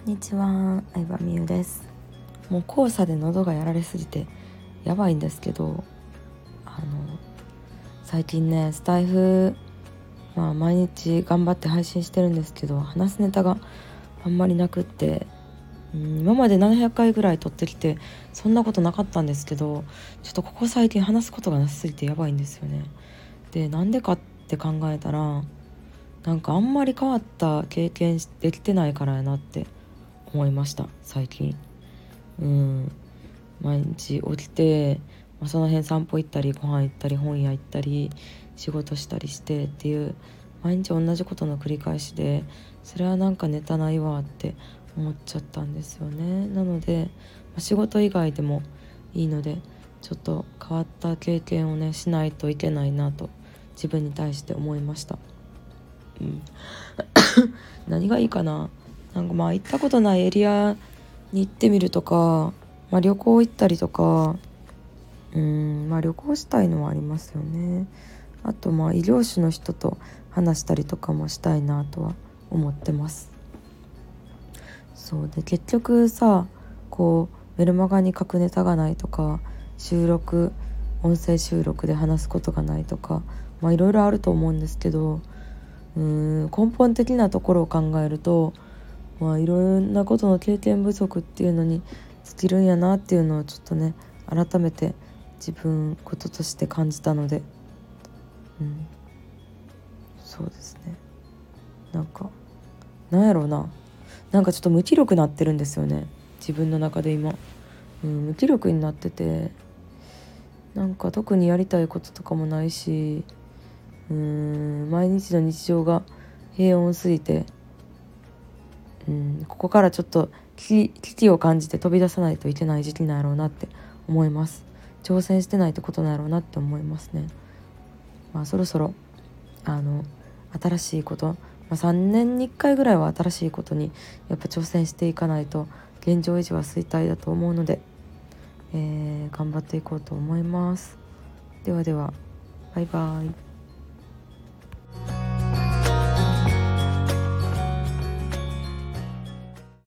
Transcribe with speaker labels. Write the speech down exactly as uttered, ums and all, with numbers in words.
Speaker 1: んにちは、相葉美優です。もう黄砂で喉がやられすぎてやばいんですけど、あの最近ねスタイフ、まあ、毎日頑張って配信してるんですけど、話すネタがあんまりなくって、うん、今までななひゃっかいぐらい撮ってきてそんなことなかったんですけど、ちょっとここ最近話すことがなさすぎてやばいんですよね。で、なんでかって考えたら、なんかあんまり変わった経験できてないからやなって思いました。最近うん毎日起きて、まあ、その辺散歩行ったりご飯行ったり本屋行ったり仕事したりしてっていう毎日同じことの繰り返しで、それはなんかネタないわって思っちゃったんですよね。なので、まあ、仕事以外でもいいので、ちょっと変わった経験をねしないといけないなと自分に対して思いました。うん何がいいかな。なんかまあ行ったことないエリアに行ってみるとか、まあ、旅行行ったりとか、うーんまあ旅行したいのはありますよね。あとまあ医療士の人と話したりとかもしたいなとは思ってます。そうで、結局さ、こうメルマガに書くネタがないとか、収録音声収録で話すことがないとか、まあいろいろあると思うんですけど、うーん根本的なところを考えると、まあいろんなことの経験不足っていうのに尽きるんやなっていうのをちょっとね改めて自分事として感じたので、うんそうですね。なんかなんやろうな、なんかちょっと無気力になってるんですよね、自分の中で今。うん、無気力になってて、なんか特にやりたいこととかもないし、うーん毎日の日常が平穏すぎて、うん、ここからちょっと危機危機を感じて飛び出さないといけない時期なんやろうなって思います。挑戦してないってことなんやろうなって思いますね。まあそろそろあの新しいこと、まあ、さんねんにいっかいぐらいは新しいことにやっぱ挑戦していかないと現状維持は衰退だと思うので、えー頑張っていこうと思います。ではでは、バイバイ。